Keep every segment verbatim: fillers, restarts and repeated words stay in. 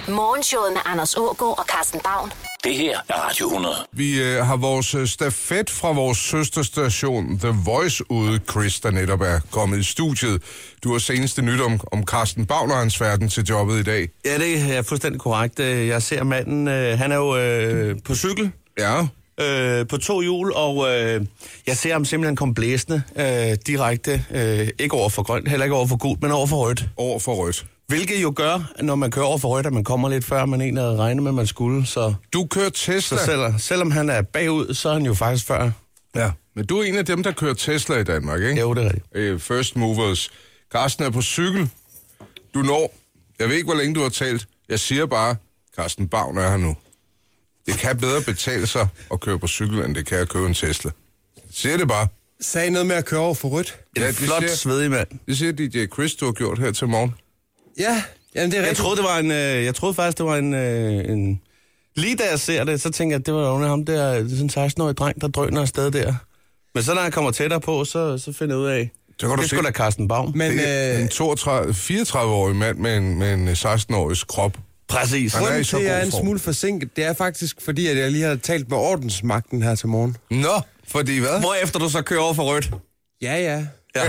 Morgenshowet med Anders Aagaard og Carsten Baum. Det her er Radio hundrede. Vi øh, har vores øh, stafet fra vores søsterstation The Voice ude, Chris, der netop er kommet i studiet. Du har seneste nyt om, om Carsten Baum og hans færden til jobbet i dag. Ja, det er fuldstændig korrekt. Jeg ser manden, øh, han er jo øh, på cykel. Ja. Øh, på to hjul, og øh, jeg ser ham simpelthen komme blæsende øh, direkte, øh, ikke over for grønt, heller ikke over for gult, men over for rødt. Over for rødt. Hvilket jo gør, når man kører over for rødt, at man kommer lidt før, man egentlig havde regnet med, man skulle. Så, Du kører Tesla. så selv, selvom han er bagud, så er han jo faktisk før. Ja, men du er en af dem, der kører Tesla i Danmark, ikke? Jo, det er rigtigt. Øh, first movers. Carsten er på cykel. Du når. Jeg ved ikke, hvor længe du har talt. Jeg siger bare, Carsten Baum er her nu. Det kan bedre betale sig at køre på cykel, end det kan at købe en Tesla. Siger det bare. Sagde noget med at køre over for rødt. En Ja, det flot, siger- svedig mand. Det siger D J Chris, du har gjort her til morgen. Ja, jamen det er Jeg rigtigt. troede, det var en, øh, jeg troede faktisk, det var en, øh, en... Lige da jeg ser det, så tænker jeg, at det var jo ham der, sådan en seksten-årig dreng, der drøner afsted der. Men så når jeg kommer tættere på, så, så finder jeg ud af, Så kan du det se, skulle da Carsten Baum. Men det er øh, en toogtredive, fireogtredive-årig mand med en, med en seksten-årig krop. Præcis. Han er i grunden så til, at jeg er god en form. smule forsinket, det er faktisk fordi, at jeg lige har talt med ordensmagten her til morgen. Nå, fordi hvad? Hvorefter du så kører over for rødt. Ja, ja. Ja.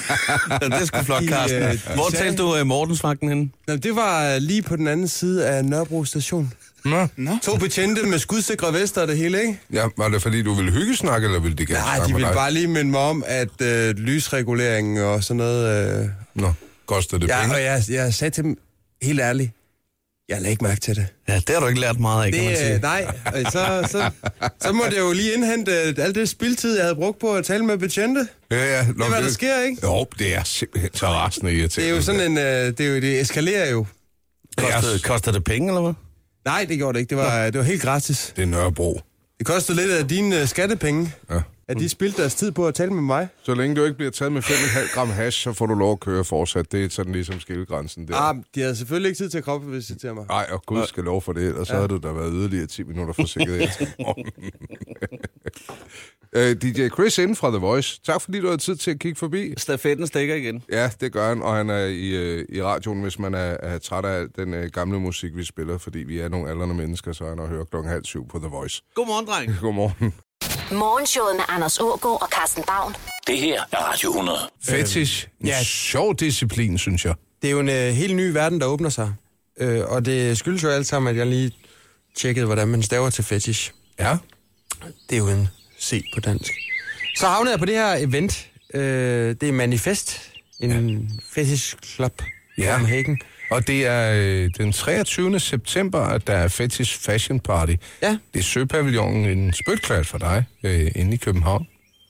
Ja, det er sgu flot, De, Carsten. øh, de Hvor sagde- talte du uh, Mortensvagten henne? Nå, det var lige på den anden side af Nørrebro station. Nå. To betjente med skudsikre vester og det hele, ikke? Ja, var det fordi, du ville hyggesnakke, eller ville de gerne Nej, snakke de med ville dig? bare lige minde mig om, at øh, lysreguleringen og sådan noget... Øh, Nå, koster det ja, penge? og jeg, jeg sagde til dem, helt ærligt, jeg lagde ikke mærke til det. Ja, det har du ikke lært meget af, kan man Det, sige. øh, nej, og så, så, så måtte jeg jo lige indhente øh, alt det spildtid, jeg havde brugt på at tale med betjente. Ja, ja. Nå, Det er, hvad der sker, ikke? Jo, det er simpelthen så rasende irriterende. Det er jo sådan en... Øh, det, er jo, det eskalerer jo. Koster, koster det penge, eller hvad? Nej, det gjorde det ikke. Det var, det var helt gratis. Det er Nørrebro. Det kostede lidt af dine øh, skattepenge, Ja. at de spildte deres tid på at tale med mig. Så længe du ikke bliver taget med fem komma fem gram hash, så får du lov at køre fortsat. Det er sådan ligesom skillegrænsen der. Ah, de havde selvfølgelig ikke tid til at kropsvisitere mig. Nej, og Gud skal lov for det, ellers ja. så havde du da været yderligere ti minutter forsinket indtil morgen. øh, D J Chris inden fra The Voice. Tak fordi du havde tid til at kigge forbi. Stafetten stikker igen. Ja, det gør han, og han er i, øh, i radioen, hvis man er, er træt af al den øh, gamle musik, vi spiller, fordi vi er nogle aldrende mennesker, så er han og hører klokken halv syv på The Voice. Godmorgen, dreng. Godmorgen. Morgenshowet med Anders Aagaard og Carsten Baum. Det her er Radio hundrede. Fetish. En ja. sjov disciplin, synes jeg. Det er jo en øh, helt ny verden, der åbner sig. Øh, og det skyldes jo alt sammen, at jeg lige tjekkede, hvordan man staver til fetish. Ja. Det er jo en C på dansk. Så havnede jeg på det her event. Øh, det er Manifest. En ja. fetish club i Ja. Copenhagen. Og det er øh, den treogtyvende september, at der er Fetish Fashion Party. Ja. Det er Søpavillonen, en spytklat for dig, øh, inde i København.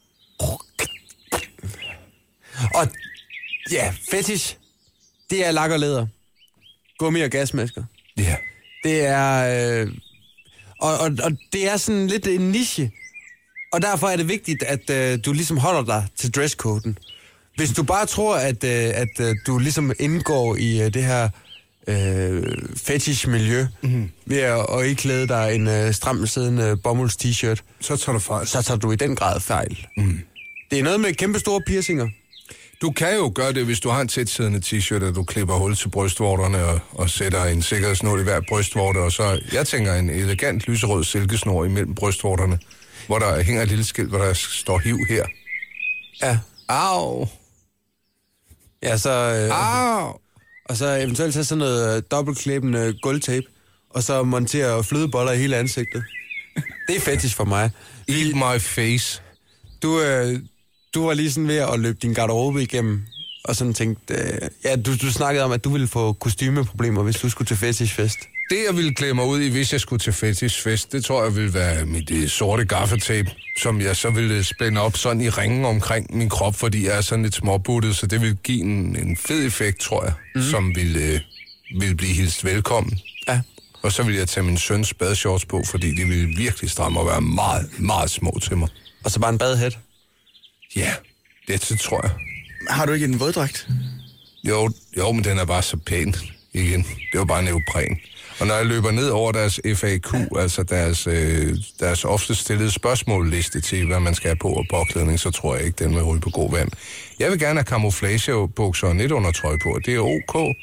Og ja, fetish, det er lak og læder. Gummi og gasmasker. Ja. Det er... Øh, og, og, og det er sådan lidt en niche. Og derfor er det vigtigt, at øh, du ligesom holder dig til dresscoden. Hvis du bare tror, at, øh, at øh, du ligesom indgår i øh, det her øh, fetish-miljø, mm-hmm. ved at og ikke klæde dig en øh, stramt siddende bomulds t-shirt, Så tager du fejl. så tager du i den grad fejl. Mm. Det er noget med kæmpe store piercinger. Du kan jo gøre det, hvis du har en tætsiddende t-shirt, at du klipper hul til brystvorterne og, og sætter en sikkerhedsnål i hver brystvorte, og så, jeg tænker, en elegant lyserød silkesnor imellem brystvorterne, hvor der hænger et lille skilt, hvor der står hiv her. Ja. Au! Ja, så... Øh, Au! Og så eventuelt tage sådan noget øh, dobbeltklæbende gulvtape, og så montere flødeboller i hele ansigtet. Det er fetish for mig. Eat my face. Du, øh, du var lige sådan ved at løbe din garderobe igennem, og sådan tænkte... Øh, ja, du, du snakkede om, at du ville få kostymeproblemer, hvis du skulle til fetishfest. Det, jeg ville klæde mig ud i, hvis jeg skulle til fetishfest, det tror jeg ville være mit uh, sorte gaffatape, som jeg så ville spænde op sådan i ringen omkring min krop, fordi jeg er sådan lidt småbuttet, så det ville give en, en fed effekt, tror jeg, mm. som ville, uh, ville blive hilst velkommen. Ja. Og så ville jeg tage min søns badeshorts på, fordi de ville virkelig stramme og være meget, meget små til mig. Og så bare en badehat. Ja, det, det tror jeg. Har du ikke en våddragt? Jo, jo, men den er bare så pæn igen. Det var bare neopren. Og når jeg løber ned over deres F A Q, altså deres, øh, deres ofte stillede spørgsmålliste til, hvad man skal have på og påklædning, så tror jeg ikke, den vil ryge på god vand. Jeg vil gerne have camouflagebukser og netundertrøj på, og det er ok.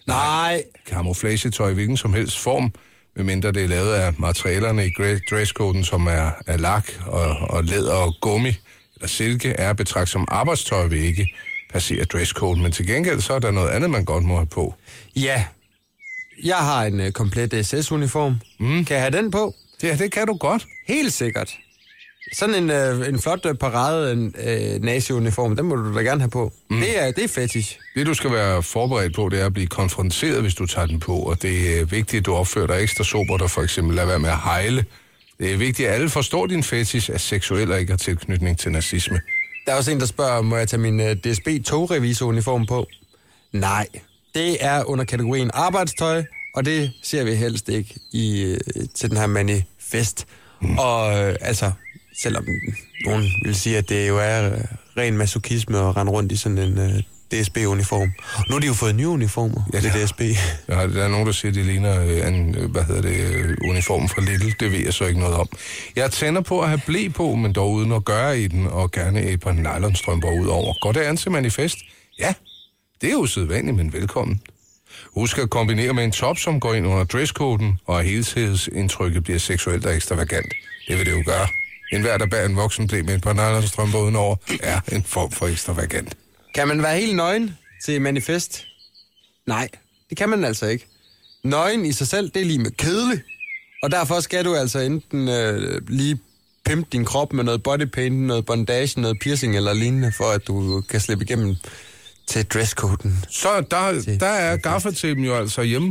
Nej. Camouflagetøj i hvilken som helst form, medmindre det er lavet af materialerne i dresscoden, som er, er lak og, og læder og gummi eller silke, er betragtet som arbejdstøj, vil ikke passere dresscoden. Men til gengæld så er der noget andet, man godt må have på. Ja. Jeg har en uh, komplet S S-uniform. Mm. Kan jeg have den på? Ja, det kan du godt. Helt sikkert. Sådan en, øh, en flot øh, parade en, øh, nazi-uniform, den må du da gerne have på. Mm. Det er, det er fetish. Det, du skal være forberedt på, det er at blive konfronteret, hvis du tager den på. Og det er vigtigt, at du opfører dig ekstra sober, der for eksempel lader være med at hejle. Det er vigtigt, at alle forstår din fetish er seksuel og ikke har tilknytning til nazisme. Der er også en, der spørger, må jeg tage min øh, D S B-togrevisor-uniform på? Nej, det er under kategorien arbejdstøj, og det ser vi helst ikke i, øh, til den her manifest. Mm. Og øh, altså... Selvom nogen vil sige, at det jo er uh, ren masochisme at rende rundt i sådan en uh, D S B-uniform. Nu har de jo fået nye uniformer, ja, det er D S B. Ja, der er nogen, der siger, at det ligner uh, en, hvad hedder det, uh, uniform fra Lidl. Det ved jeg så ikke noget om. Jeg tænder på at have ble på, men dog uden at gøre i den, og gerne et par nylonstrømper ud over. Går det an til manifest? Ja, det er jo sædvanligt, men velkommen. Husk at kombinere med en top, som går ind under dresskoden, og helhedsindtrykket bliver seksuelt og ekstravagant. Det vil det jo gøre. En hver, der bærer en voksen blæ med et par nylonstrømper udenover, er en form for ekstravagant. Kan man være helt nøgen til manifest? Nej, det kan man altså ikke. Nøgen i sig selv, det er lige med kedelig. Og derfor skal du altså enten øh, lige pimpe din krop med noget bodypaint, noget bondage, noget piercing eller lignende, for at du kan slippe igennem til dresskoden. Så der, der er gaffatæppen jo altså hjemme?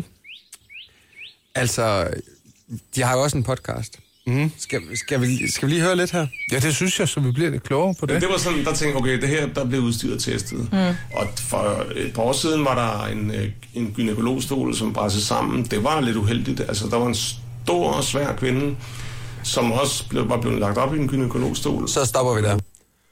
Altså, de har jo også en podcast. Mm. Skal, skal, vi, skal vi lige høre lidt her? Ja, det synes jeg, så vi bliver lidt klogere på det. Ja, det var sådan, der tænkte okay, det her, der blev udstyret testet. Mm. Og for et par år siden var der en, en gynekologstol, som brændte sammen. Det var lidt uheldigt. Altså, der var en stor og svær kvinde, som også blev, var blevet lagt op i en gynekologstol. Så stopper vi der.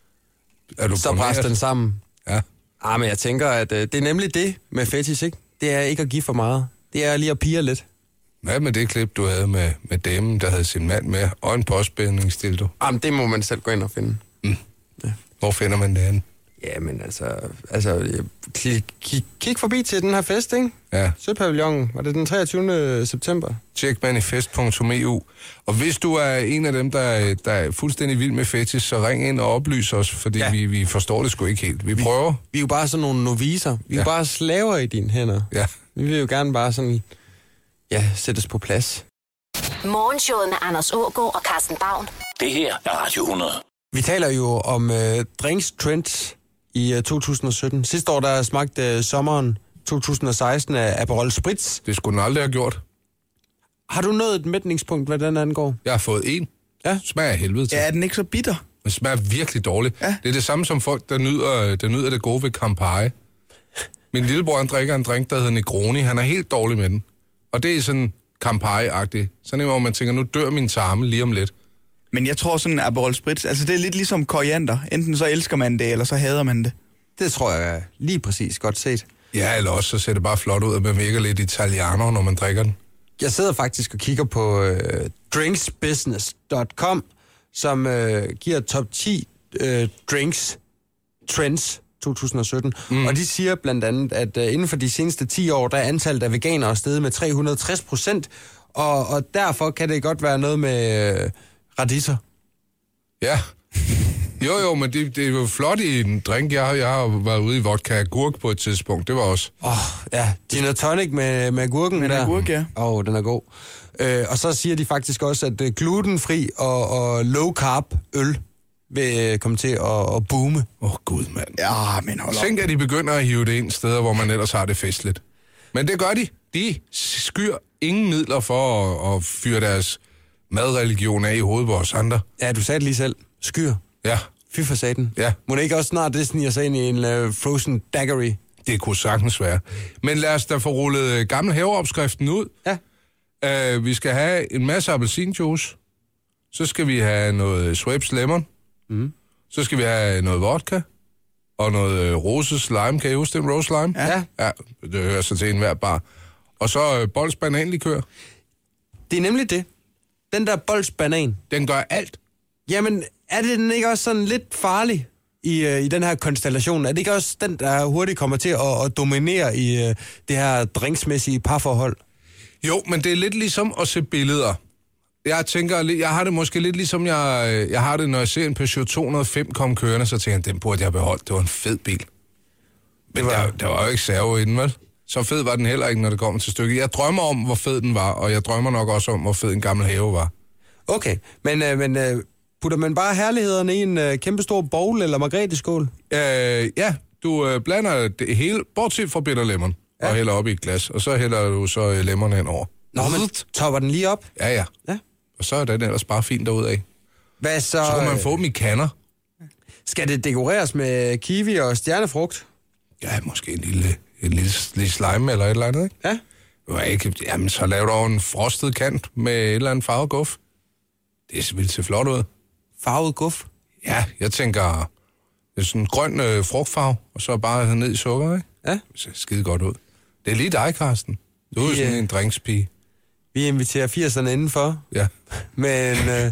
Er du så brændte den sammen. Ja. Ah, men jeg tænker, at øh, det er nemlig det med fetish, ikke? Det er ikke at give for meget. Det er lige at pire lidt. Hvad med det klip, du havde med, med damen, der havde sin mand med, og en påspændningsdildo? Jamen, det må man selv gå ind og finde. Mm. Ja. Hvor finder man det henne? Jamen, altså... altså kig, kig, kig forbi til den her fest, ikke? Ja. Søpavillonen. Var det den treogtyvende september? Tjek manifest punktum e u. Og hvis du er en af dem, der, der er fuldstændig vild med fetish, så ring ind og oplys os, fordi ja. vi, vi forstår det sgu ikke helt. Vi prøver. Vi, vi er jo bare sådan nogle noviser. Vi er ja. jo bare slaver i dine hænder. Ja. Vi vil jo gerne bare sådan... Ja, sættes på plads. Morgenshowet med Anders Aagaard og Carsten Baun. Det her er Radio hundrede. Vi taler jo om øh, drinks trends i øh, to tusind og sytten. Sidste år, der smagte øh, sommeren to tusind og seksten af Aperol Spritz. Det skulle den aldrig have gjort. Har du nået et mætningspunkt, hvad den angår? Jeg har fået en. Ja. Smager af helvede til. Ja, er den ikke så bitter? Den smager virkelig dårligt. Ja. Det er det samme som folk, der nyder, der nyder det gode ved Campari. Min lillebror, han drikker en drink, der hedder Negroni. Han er helt dårlig med den. Og det er sådan Campari-agtigt. Sådan en, hvor man tænker, nu dør min tarme lige om lidt. Men jeg tror sådan, Aperol Spritz, altså det er lidt ligesom koriander. Enten så elsker man det, eller så hader man det. Det tror jeg lige præcis godt set. Ja, eller også så ser det bare flot ud, at man virker lidt italianer, når man drikker den. Jeg sidder faktisk og kigger på øh, drinksbusiness punktum com, som øh, giver top ti øh, drinks trends to tusind og sytten. Mm. Og de siger blandt andet, at uh, inden for de seneste ti år, der er antallet af veganere steget med tre hundrede og tres procent, og, og derfor kan det godt være noget med uh, radiser. Ja. Jo, jo, men det, det er jo flot i en drink. Jeg, jeg har været ude i vodka agurk på et tidspunkt. Det var også... Åh, oh, ja. Gin og tonic med, med agurken med der. agurk, ja. Åh, oh, den er god. Uh, og så siger de faktisk også, at uh, glutenfri og, og low carb øl vil komme til at, at boome. Åh, oh, gud, mand. Ja, men hold op. Tænk, at de begynder at hive det ind steder, hvor man ellers har det festligt. Men det gør de. De skyr ingen midler for at, at fyre deres madreligion af i hovedet på os andre. Ja, du sagde det lige selv. Skyr. Ja. Fy for satan. Ja. Må det ikke også snart det sniger sig ind i en uh, frozen daiquiri? Det kunne sagtens være. Men lad os da få rullet gamle haveopskriften ud. Ja. Uh, vi skal have en masse appelsinjuice. Så skal vi have noget Schweppes Lemon. Mm. Så skal vi have noget vodka. Og noget uh, roses lime. Kan I huske den rose lime? Ja. Ja, det hører sig til enhver bar. Og så uh, Bols bananlikør. Det er nemlig det. Den der Bols banan. Den gør alt. Jamen, er det den ikke også sådan lidt farlig i, øh, i den her konstellation? Er det ikke også den, der hurtigt kommer til at, at dominere i øh, det her drinksmæssige parforhold? Jo, men det er lidt ligesom at se billeder. Jeg tænker, jeg har det måske lidt ligesom, jeg, jeg har det, når jeg ser en Peugeot to nul fem komme kørende, så tænker jeg, den burde jeg beholde. Det var en fed bil. Men det var... der, der var jo ikke servo i den, vel? Så fed var den heller ikke, når det kommer til stykket. Jeg drømmer om, hvor fed den var, og jeg drømmer nok også om, hvor fed en gammel have var. Okay, men, øh, men øh, putter man bare herlighederne i en øh, kæmpestor bowl eller margreteskål? Øh, ja, du øh, blander det hele, bortset fra bitter lemon, ja. Og hælder op i et glas, og så hælder du så øh, lemon hen over. Nå, men topper den lige op? Ja, ja. Ja. Og så er den ellers bare fint derudad. Hvad så? Så kan man få dem i kander. Skal det dekoreres med kiwi og stjernefrugt? Ja, måske en lille, en lille, lille slime eller et eller andet, ikke? Ja. Jo, ikke. Jamen, så laver du en frostet kant med et eller andet farvet guf. Det vil se flot ud. Farvet guf? Ja, jeg tænker, det er sådan en grøn øh, frugtfarve, og så bare ned i sukker, ikke? Ja. Det ser skide godt ud. Det er lige dig, Carsten. Du er jo sådan en drinkspige. Vi inviterer firserne indenfor. Ja. Med en, øh,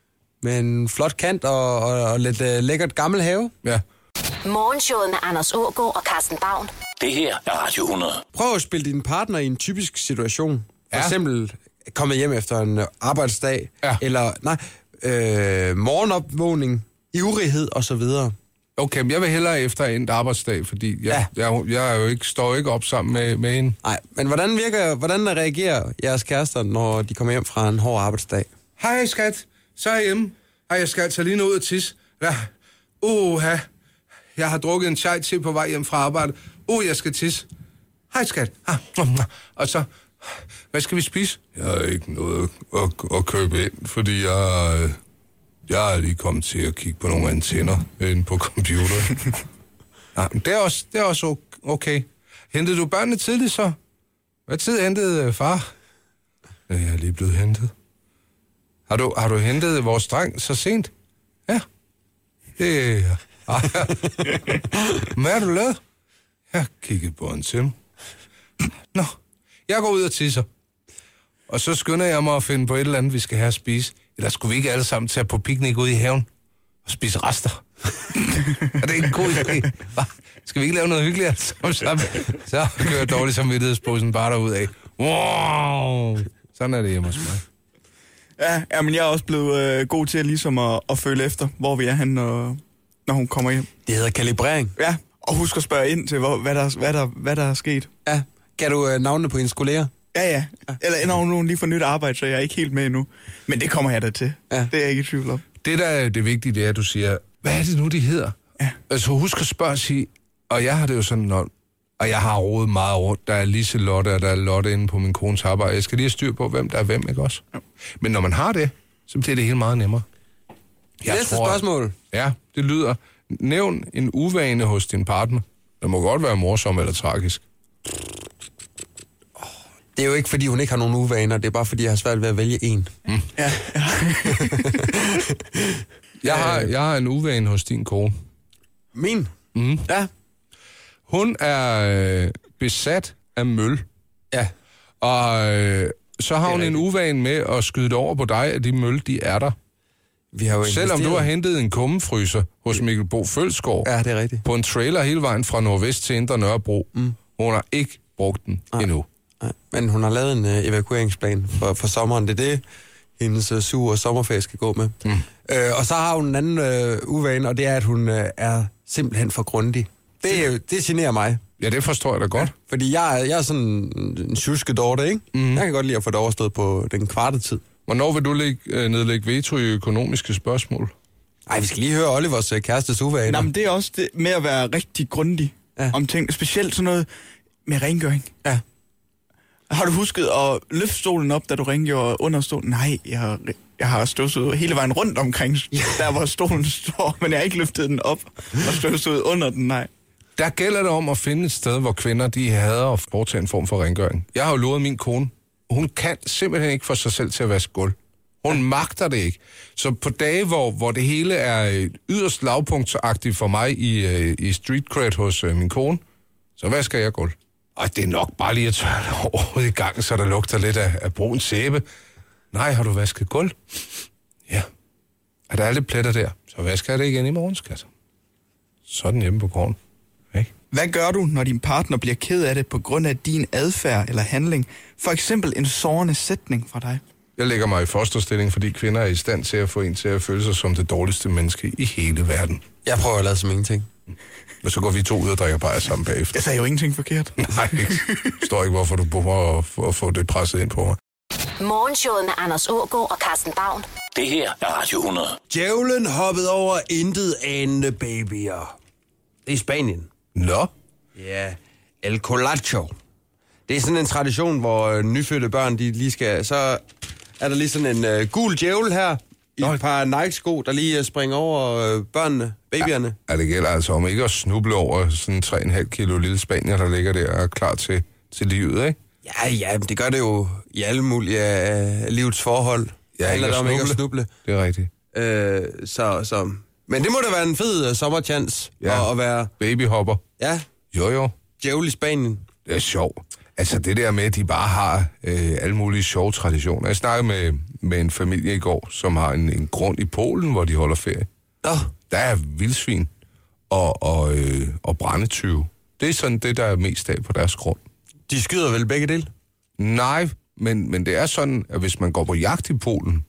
med en flot kant og, og, og lidt øh, lækkert gammel have. Ja. Morgenshowet med Anders Aagaard og Carsten Baum. Det her er Radio hundrede. Prøv at spille din partner i en typisk situation. For Ja. eksempel komme hjem efter en arbejdsdag. Ja. Eller nej, øh, morgenopvågning, ivrighed og så videre. Okay, men jeg vil hellere efter en arbejdsdag, fordi jeg, ja. jeg, jeg er jo ikke, står jo ikke op sammen med, med hende. Nej, men hvordan virker, hvordan reagerer jeres kærester, når de kommer hjem fra en hård arbejdsdag? Hej, skat. Så er jeg hjemme. Hej, jeg skal tage lige noget ud og tisse. Ja. Uha. Jeg har drukket en chai til på vej hjem fra arbejde. Uh, jeg skal tisse. Hej, skat. Ah, og så, hvad skal vi spise? Jeg har ikke noget at, at købe ind, fordi jeg, jeg er lige kommet til at kigge på nogle antenner inde på computeren. Nej, men det er også, det er også okay. Hentede du børnene tidligt så? Hvad tid hentede far? Ja, jeg er lige blevet hentet. Har du, har du hentet vores dreng så sent? Ja. Det er... Ah, ja. Hvad har du lavet? Jeg har kigget på en tim. Nå, jeg går ud og tisser. Og så skynder jeg mig at finde på et eller andet, vi skal have at spise. Eller skulle vi ikke alle sammen tage på piknik ud i haven og spise rester? Er det ikke en god idé? Hva? Skal vi ikke lave noget hyggeligt? Så, så, så kører dårlig samvittighedsposen bare derudad. Wow! Sådan er det hjemme hos mig. Ja, ja, men jeg er også blevet øh, god til ligesom at, at føle efter, hvor vi er henne, når, når hun kommer hjem. Det hedder kalibrering. Ja, og husk at spørge ind til, hvor, hvad, der, hvad, der, hvad der er sket. Ja. Kan du øh, navne på hendes kolleger? Ja, ja. Eller når hun lige får nyt arbejde, så jeg er ikke helt med endnu. Men det kommer jeg da til. Ja. Det er jeg ikke i tvivl om. Det, der er det vigtige, det er, at du siger, hvad er det nu, de hedder? Ja. Altså, husk at spørge og sige, og jeg har det jo sådan, når, og jeg har rodet meget rundt. Der er Liselotte, og der er Lotte inde på min kones arbejde. Jeg skal lige have styr på, hvem der er hvem, ikke også? Ja. Men når man har det, så bliver det helt meget nemmere. Jeg Næste tror, spørgsmål. Ja, det lyder, nævn en uvane hos din partner. Det må godt være morsom eller tragisk. Det er jo ikke, fordi hun ikke har nogen uvaner. Det er bare, fordi jeg har svært ved at vælge en. Mm. Ja, ja. jeg, har, jeg har en uvane hos din kone. Min? Mm. Ja. Hun er øh, besat af møl. Ja. Og øh, så har hun en uvane med at skyde det over på dig, at de møl, de er der. Vi har jo Selvom du har hentet en kummefryser hos Mikkel Bo Følsgaard ja, det er rigtigt. på en trailer hele vejen fra Nordvest til Indre Nørrebro. Mm. Hun har ikke brugt den Nej. endnu. Nej. Men hun har lavet en uh, evakueringsplan for, for sommeren. Det er det, hendes uh, sure sommerferie skal gå med. Mm. Øh, og så har hun en anden uh, uvane, og det er, at hun uh, er simpelthen for grundig. Det, det generer mig. Ja, det forstår jeg da godt. Ja, fordi jeg, jeg er sådan en tjuskedorte, ikke? Mm. Jeg kan godt lide at få det overstået på den kvarte tid. Hvornår vil du lægge, øh, nedlægge veto i økonomiske spørgsmål? Ej, vi skal lige høre Olivers uh, kærestes uvaner. Nå, men det er også det med at være rigtig grundig ja. om ting. Specielt sådan noget med rengøring. Ja. Har du husket at løfte stolen op, da du rengjorde under stolen? Nej, jeg har, jeg har støvsuget hele vejen rundt omkring, der hvor stolen står, men jeg har ikke løftet den op og støvsuget under den, nej. Der gælder det om at finde et sted, hvor kvinder de hader at foretage en form for rengøring. Jeg har jo lovet min kone, hun kan simpelthen ikke få sig selv til at vaske gulv. Hun ja. magter det ikke. Så på dage, hvor, hvor det hele er yderst lavpunktsagtigt for mig i, i street cred hos uh, min kone, så vasker jeg gulv. Og det er nok bare lige at tørre overhovedet i gang, så der lugter lidt af, af brun sæbe. Nej, har du vasket gulv? Ja. Er der alle pletter der? Så vasker jeg det igen i morgen, skat. så er den hjemme på gården. Ikke? Hvad gør du, når din partner bliver ked af det på grund af din adfærd eller handling? For eksempel en sårende sætning fra dig. Jeg lægger mig i fosterstilling, fordi kvinder er i stand til at få en til at føle sig som det dårligste menneske i hele verden. Jeg prøver at lade som ingenting. Og så går vi to ud og drikker bajer sammen bagefter. Jeg sagde jo ingenting forkert. Nej, ikke. Står ikke, hvorfor du prøver at få det presset ind på mig. Morgenshowet med Anders Aagaard og Carsten Baum. Det her er Radio hundrede. Djævlen hoppede over intet anende babyer. Det er i Spanien. Nå? Ja, El Colacho. Det er sådan en tradition, hvor øh, nyfødte børn, de lige skal... Så er der lige sådan en øh, gul djævel her, i Nå. et par Nike-sko, der lige øh, springer over øh, børnene, babyerne. Ja, det gælder altså om ikke at snuble over sådan tre komma fem kilo lille spanier, der ligger der og er klar til, til livet, ikke? Ja, ja, det gør det jo i alle mulige øh, livets forhold. Ja, ikke at om ikke at snuble. Det er rigtigt. Øh, så, så... Men det må da være en fed uh, sommerchance ja. at, at være... Babyhopper. Ja. Jo, jo. Djævel i Spanien. Det er sjovt. Altså det der med, at de bare har øh, alle mulige sjove traditioner. Jeg snakkede med, med en familie i går, som har en, en grund i Polen, hvor de holder ferie. Nå. Der er vildsvin og, og, øh, og brændetyve. Det er sådan det, der er mest af på deres grund. De skyder vel begge dele? Nej, men, men det er sådan, at hvis man går på jagt i Polen,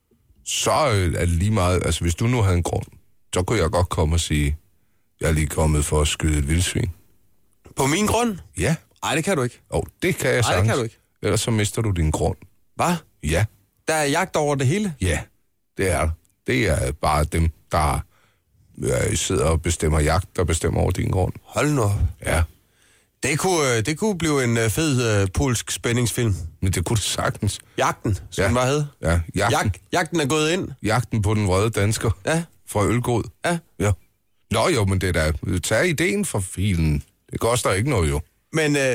så er det lige meget... Altså hvis du nu havde en grund, så kunne jeg godt komme og sige, jeg er lige kommet for at skyde et vildsvin. På min grund? Ja. Nej, det kan du ikke. Åh, oh, det kan jeg sagtens. Nej, det kan du ikke. Ellers så mister du din grund. Hvad? Ja. Der er jagt over det hele? Ja, det er der. Det er bare dem, der øh, sidder og bestemmer jagt, der bestemmer over din grund. Hold nu. Ja. Det kunne, det kunne blive en uh, fed uh, polsk spændingsfilm. Men det kunne det sagtens. Jagten, som ja. den bare hed. Ja, jagten. Jag, jagten er gået ind. Jagten på den vrede dansker. Ja. Fra Ølgod. Ja. Ja. Nå jo, men det er da... Tag ideen for filen. Det koster ikke noget jo. Men... Uh,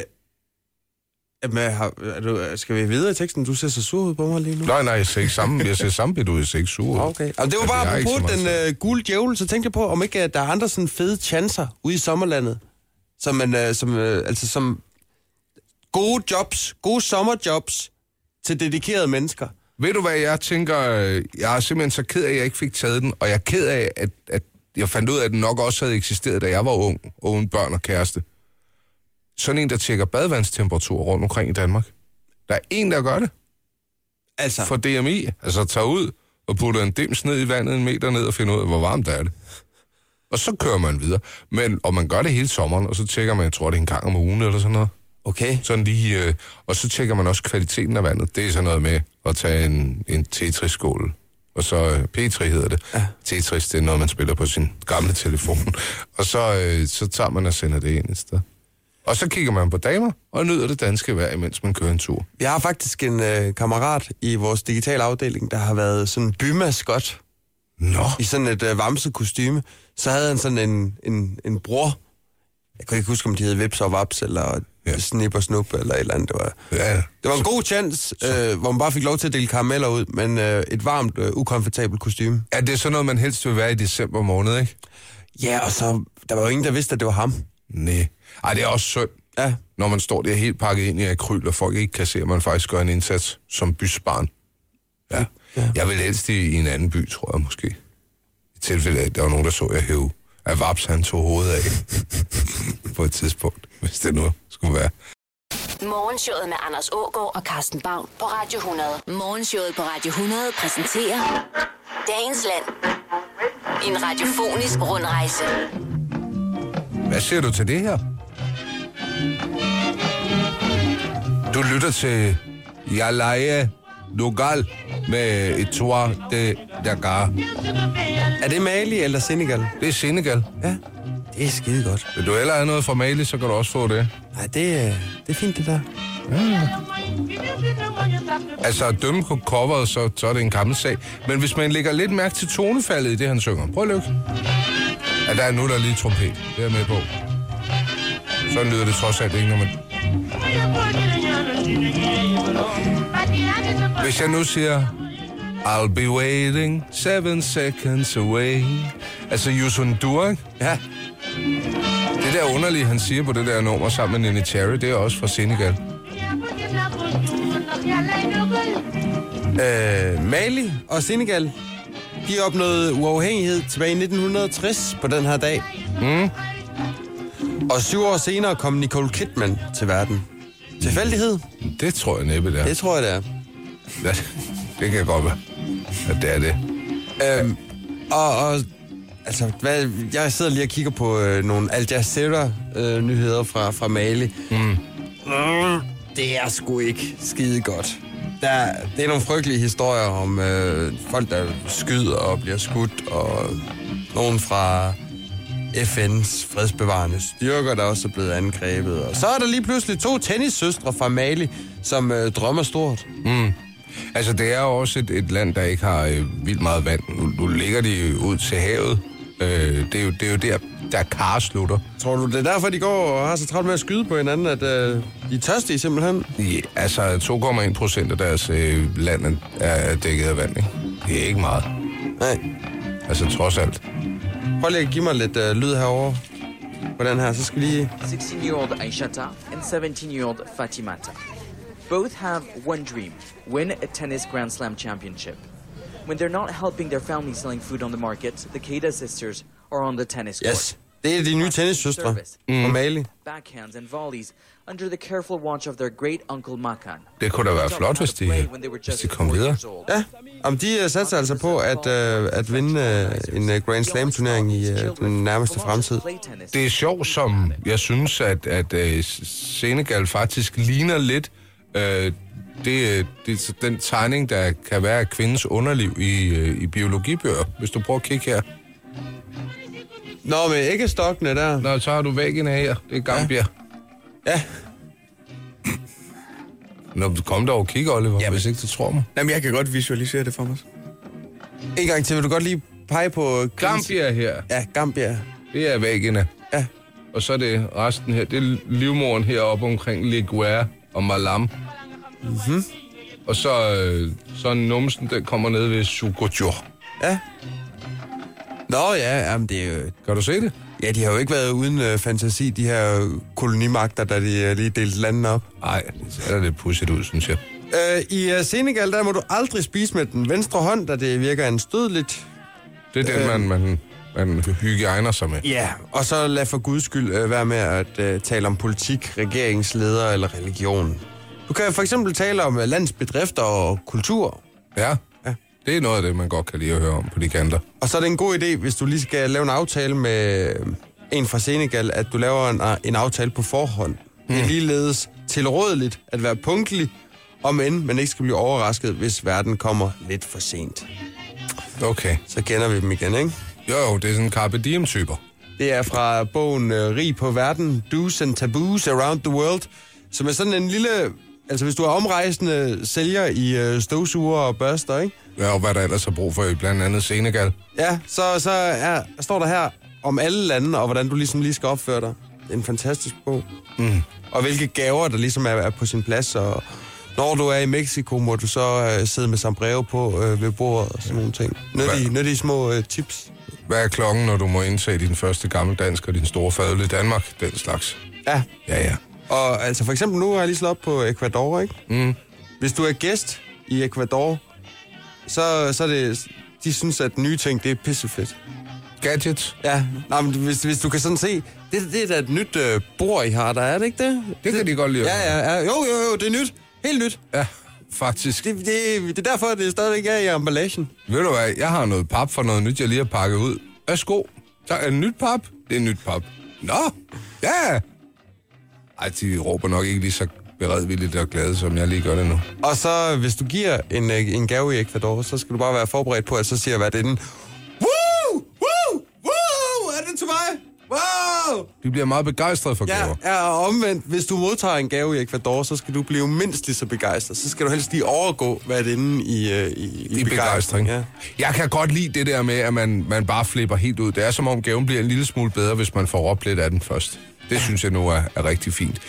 er du, skal vi videre i teksten? Du ser så sur ud på mig lige nu. Nej, nej, jeg ser ikke sammen. Jeg ser sammenbidt ud, jeg ser ikke sur ud. Okay. Altså, det var bare på den uh, gule djævel, så tænkte jeg på, om ikke uh, der er andre sådan fede chancer ude i sommerlandet. Som, man, uh, som, uh, altså, som gode jobs, gode sommerjobs til dedikerede mennesker. Ved du hvad, jeg tænker, jeg er simpelthen så ked af, at jeg ikke fik taget den, og jeg er ked af, at, at jeg fandt ud af, at den nok også havde eksisteret, da jeg var ung, og uden børn og kæreste. Sådan en, der tjekker badevandstemperatur rundt omkring i Danmark. Der er en, der gør det. Altså? For D M I. Altså tager ud og putter en dims ned i vandet en meter ned og finder ud af, hvor varmt det er det. Og så kører man videre. Men, og man gør det hele sommeren, og så tjekker man, jeg tror, det er en gang om ugen eller sådan noget. Okay. Sådan lige, øh, og så tjekker man også kvaliteten af vandet. Det er sådan noget med at tage en, en Tetris-skål. Og så øh, Petri hedder det. Ja. Tetris, det er noget, man spiller på sin gamle telefon. Og så, øh, så tager man og sender det ind et sted. Og så kigger man på damer og nyder det danske vejr, imens man kører en tur. Vi har faktisk en øh, kammerat i vores digitale afdeling, der har været sådan bymaskot. Nå. I sådan et øh, vamset kostyme. Så havde han sådan en, en, en bror. Jeg kan ikke huske, om de hed Vips og Vaps, eller ja. Snip og Snup, eller et eller andet. Det var, ja. det var en god chance, øh, hvor man bare fik lov til at dele karameller ud, men øh, et varmt, øh, ukomfortabelt kostyme. Ja, det er sådan noget, man helst vil være i december måned, ikke? Ja, og så, der var jo ingen, der vidste, at det var ham. Nej. Ej, det er også synd, ja. Når man står der helt pakket ind i akryl, og folk ikke kan se, at man faktisk gør en indsats som bysbarn. Ja. ja. Jeg vil helst i, i en anden by, tror jeg måske. I tilfælde af, at der var nogen, der så, jeg hæve, at Vaps, han tog hovedet af på et tidspunkt, hvis det nu skulle være. Morgenshowet med Anders Aagaard og Carsten Baum på Radio hundrede. Morgenshowet på Radio hundrede præsenterer Dagens Land. En radiofonisk rundrejse. Hvad siger du til det her? Du lytter til Yalaye Logal med Etoile de Dakar. Er det Mali eller Senegal? Det er Senegal. Ja, det er skide godt. Vil du ellers have noget fra Mali, så kan du også få det. Nej, det, det er fint, det der. Ja. Altså, at dømme på coveret, så, så er det en gammel sag. Men hvis man lægger lidt mærke til tonefaldet i det, han synger. Prøv at lykke. Ja, der er nu, der er lige trompet. Det er med på. Sådan lyder det trods alt ikke, når man... Hvis jeg nu siger... I'll be waiting seven seconds away. Altså Youssou N'Dour, ikke? Ja. Det der underlige, han siger på det der nummer sammen med Nene Cherry, det er også fra Senegal. Øh, Mali og Senegal, de opnåede uafhængighed tilbage i nitten tres på den her dag. Mm. Og syv år senere kom Nicole Kidman til verden. Tilfældighed? Det tror jeg næppe, det er. Det tror jeg, det er. Ja, det kan godt være, at det er det. Øhm, og, og altså, hvad, jeg sidder lige og kigger på øh, nogle Al Jazeera-nyheder øh, fra, fra Mali. Mm. Mm, det er sgu ikke skide godt. Der, det er nogle frygtelige historier om øh, folk, der skyder og bliver skudt, og nogen fra F N's fredsbevarende styrker, der også er blevet angrebet. Og så er der lige pludselig to tennissøstre fra Mali, som øh, drømmer stort. Mm. Altså, det er jo også et, et land, der ikke har øh, vildt meget vand. Nu, nu ligger de ud til havet. Øh, det, er jo, det er jo der, der kar slutter. Tror du, det er derfor, de går og har så travlt med at skyde på hinanden, at øh, de er tørstige simpelthen? Ja, altså, to komma en procent af deres øh, land er dækket af vand, ikke? Det er ikke meget. Nej. Altså, trods alt. Prøv lige at give mig lidt øh, lyd herovre på den her, så skal vi lige... sixteen-year-old Aishata and seventeen-year-old Fatimata. Both have one dream, win a tennis Grand Slam championship. When they're not helping their family selling food on the market, the Keita sisters are on the tennis court. Yes, det er de nye tennissøstre fra Mali. Backhands and volleys under the careful watch of their great uncle Makan. Det kunne da være flot, hvis de, hvis de kom videre. Ja, om de uh, satser altså på at, uh, at vinde uh, en uh, Grand Slam-turnering i uh, den nærmeste fremtid. Det er sjovt, som jeg synes, at, at uh, Senegal faktisk ligner lidt uh, det, det, den tegning, der kan være af kvindens underliv i, uh, i biologibøger, hvis du prøver at kigge her. Nå, med æggestokkene der. Nå, så har du væggen af her. Det er Gambia. Ja. ja. Nå, kom der og kig, Oliver, ja, hvis ikke du tror mig. Jamen, jeg kan godt visualisere det for mig. En gang til, vil du godt lige pege på... Gambia her. Ja, Gambia. Det er væggene. Ja. Og så er det resten her. Det er livmoren heroppe omkring Liguer og Malam. Mhm. Og så, øh, så numsen, den kommer ned ved Sugojo. Ja. Nå ja, jamen det er jo... Kan du se det? Ja, de har jo ikke været uden øh, fantasi, de her kolonimagter, der de øh, lige delte landene op. Nej, så er det pusset ud, synes jeg. Øh, I uh, Senegal, der må du aldrig spise med den venstre hånd, da det virker anstødeligt. Det er den, øh, man, man, man hygiejner sig med. Ja, og så lad for guds skyld øh, være med at øh, tale om politik, regeringsledere eller religion. Du kan for eksempel tale om øh, landets bedrifter og kultur. Ja. ja, det er noget af det, man godt kan lide at høre om på de kanter. Og så er det en god idé, hvis du lige skal lave en aftale med øh, en fra Senegal, at du laver en, en aftale på forhånd. Mm. Det er ligeledes tilrådeligt at være punktlig, om end man ikke skal blive overrasket, hvis verden kommer lidt for sent. Okay. Så kender vi dem igen, ikke? Jo, jo, det er sådan en Carpe Diem-typer. Det er fra bogen uh, Rig på verden, Do's and Taboos Around the World, som er sådan en lille... Altså, hvis du er omrejsende sælger i uh, støvsuger og børster, ikke? Ja, og hvad der ellers har brug for i blandt andet Senegal. Ja, så, så er, står der her om alle lande, og hvordan du ligesom lige skal opføre dig. Det er en fantastisk bog. Mm. Og hvilke gaver, der ligesom er, er på sin plads, og... Når du er i Mexico, må du så øh, sidde med sombrero på øh, ved bordet og sådan nogle ting. Nyttige, nyttige små øh, tips. Hvad er klokken, når du må indtage din første gammeldansk og din store fadøl i Danmark? Den slags. Ja. Ja, ja. Og altså for eksempel nu har jeg lige slået op på Ecuador, ikke? Mm. Hvis du er gæst i Ecuador, så, så er det... De synes, at nye ting, det er pissefedt. Gadgets? Ja. Nå, men hvis, hvis du kan sådan se... Det, det er da et nyt øh, bord, I har der, er det ikke det? Det kan det, de godt lide. Ja, ja, ja. Jo, jo, jo, det er nyt. Helt nyt. Ja, faktisk. Det, det, det er derfor, at det stadigvæk er i emballagen. Ved du hvad, jeg har noget pap for noget nyt, jeg lige har pakket ud. Værsgo. Så er det nyt pap? Det er nyt pap. Nå, ja. Ej, de råber nok ikke lige så beredvilligt og glade, som jeg lige gør det nu. Og så, hvis du giver en, en gave i Ecuador, så skal du bare være forberedt på, at så siger hvad det er den. Woo! Woo! Woo! Er det til mig? Wow! De bliver meget begejstrede for gaver. Ja, ja, og omvendt, hvis du modtager en gave i Ecuador, så skal du blive mindst lige så begejstret. Så skal du helst lige overgå, hvad det inde i, i, i, I begejstring. Ja. Jeg kan godt lide det der med, at man, man bare flipper helt ud. Det er som om gaven bliver en lille smule bedre, hvis man får op lidt af den først. Det synes jeg nu er, er rigtig fint.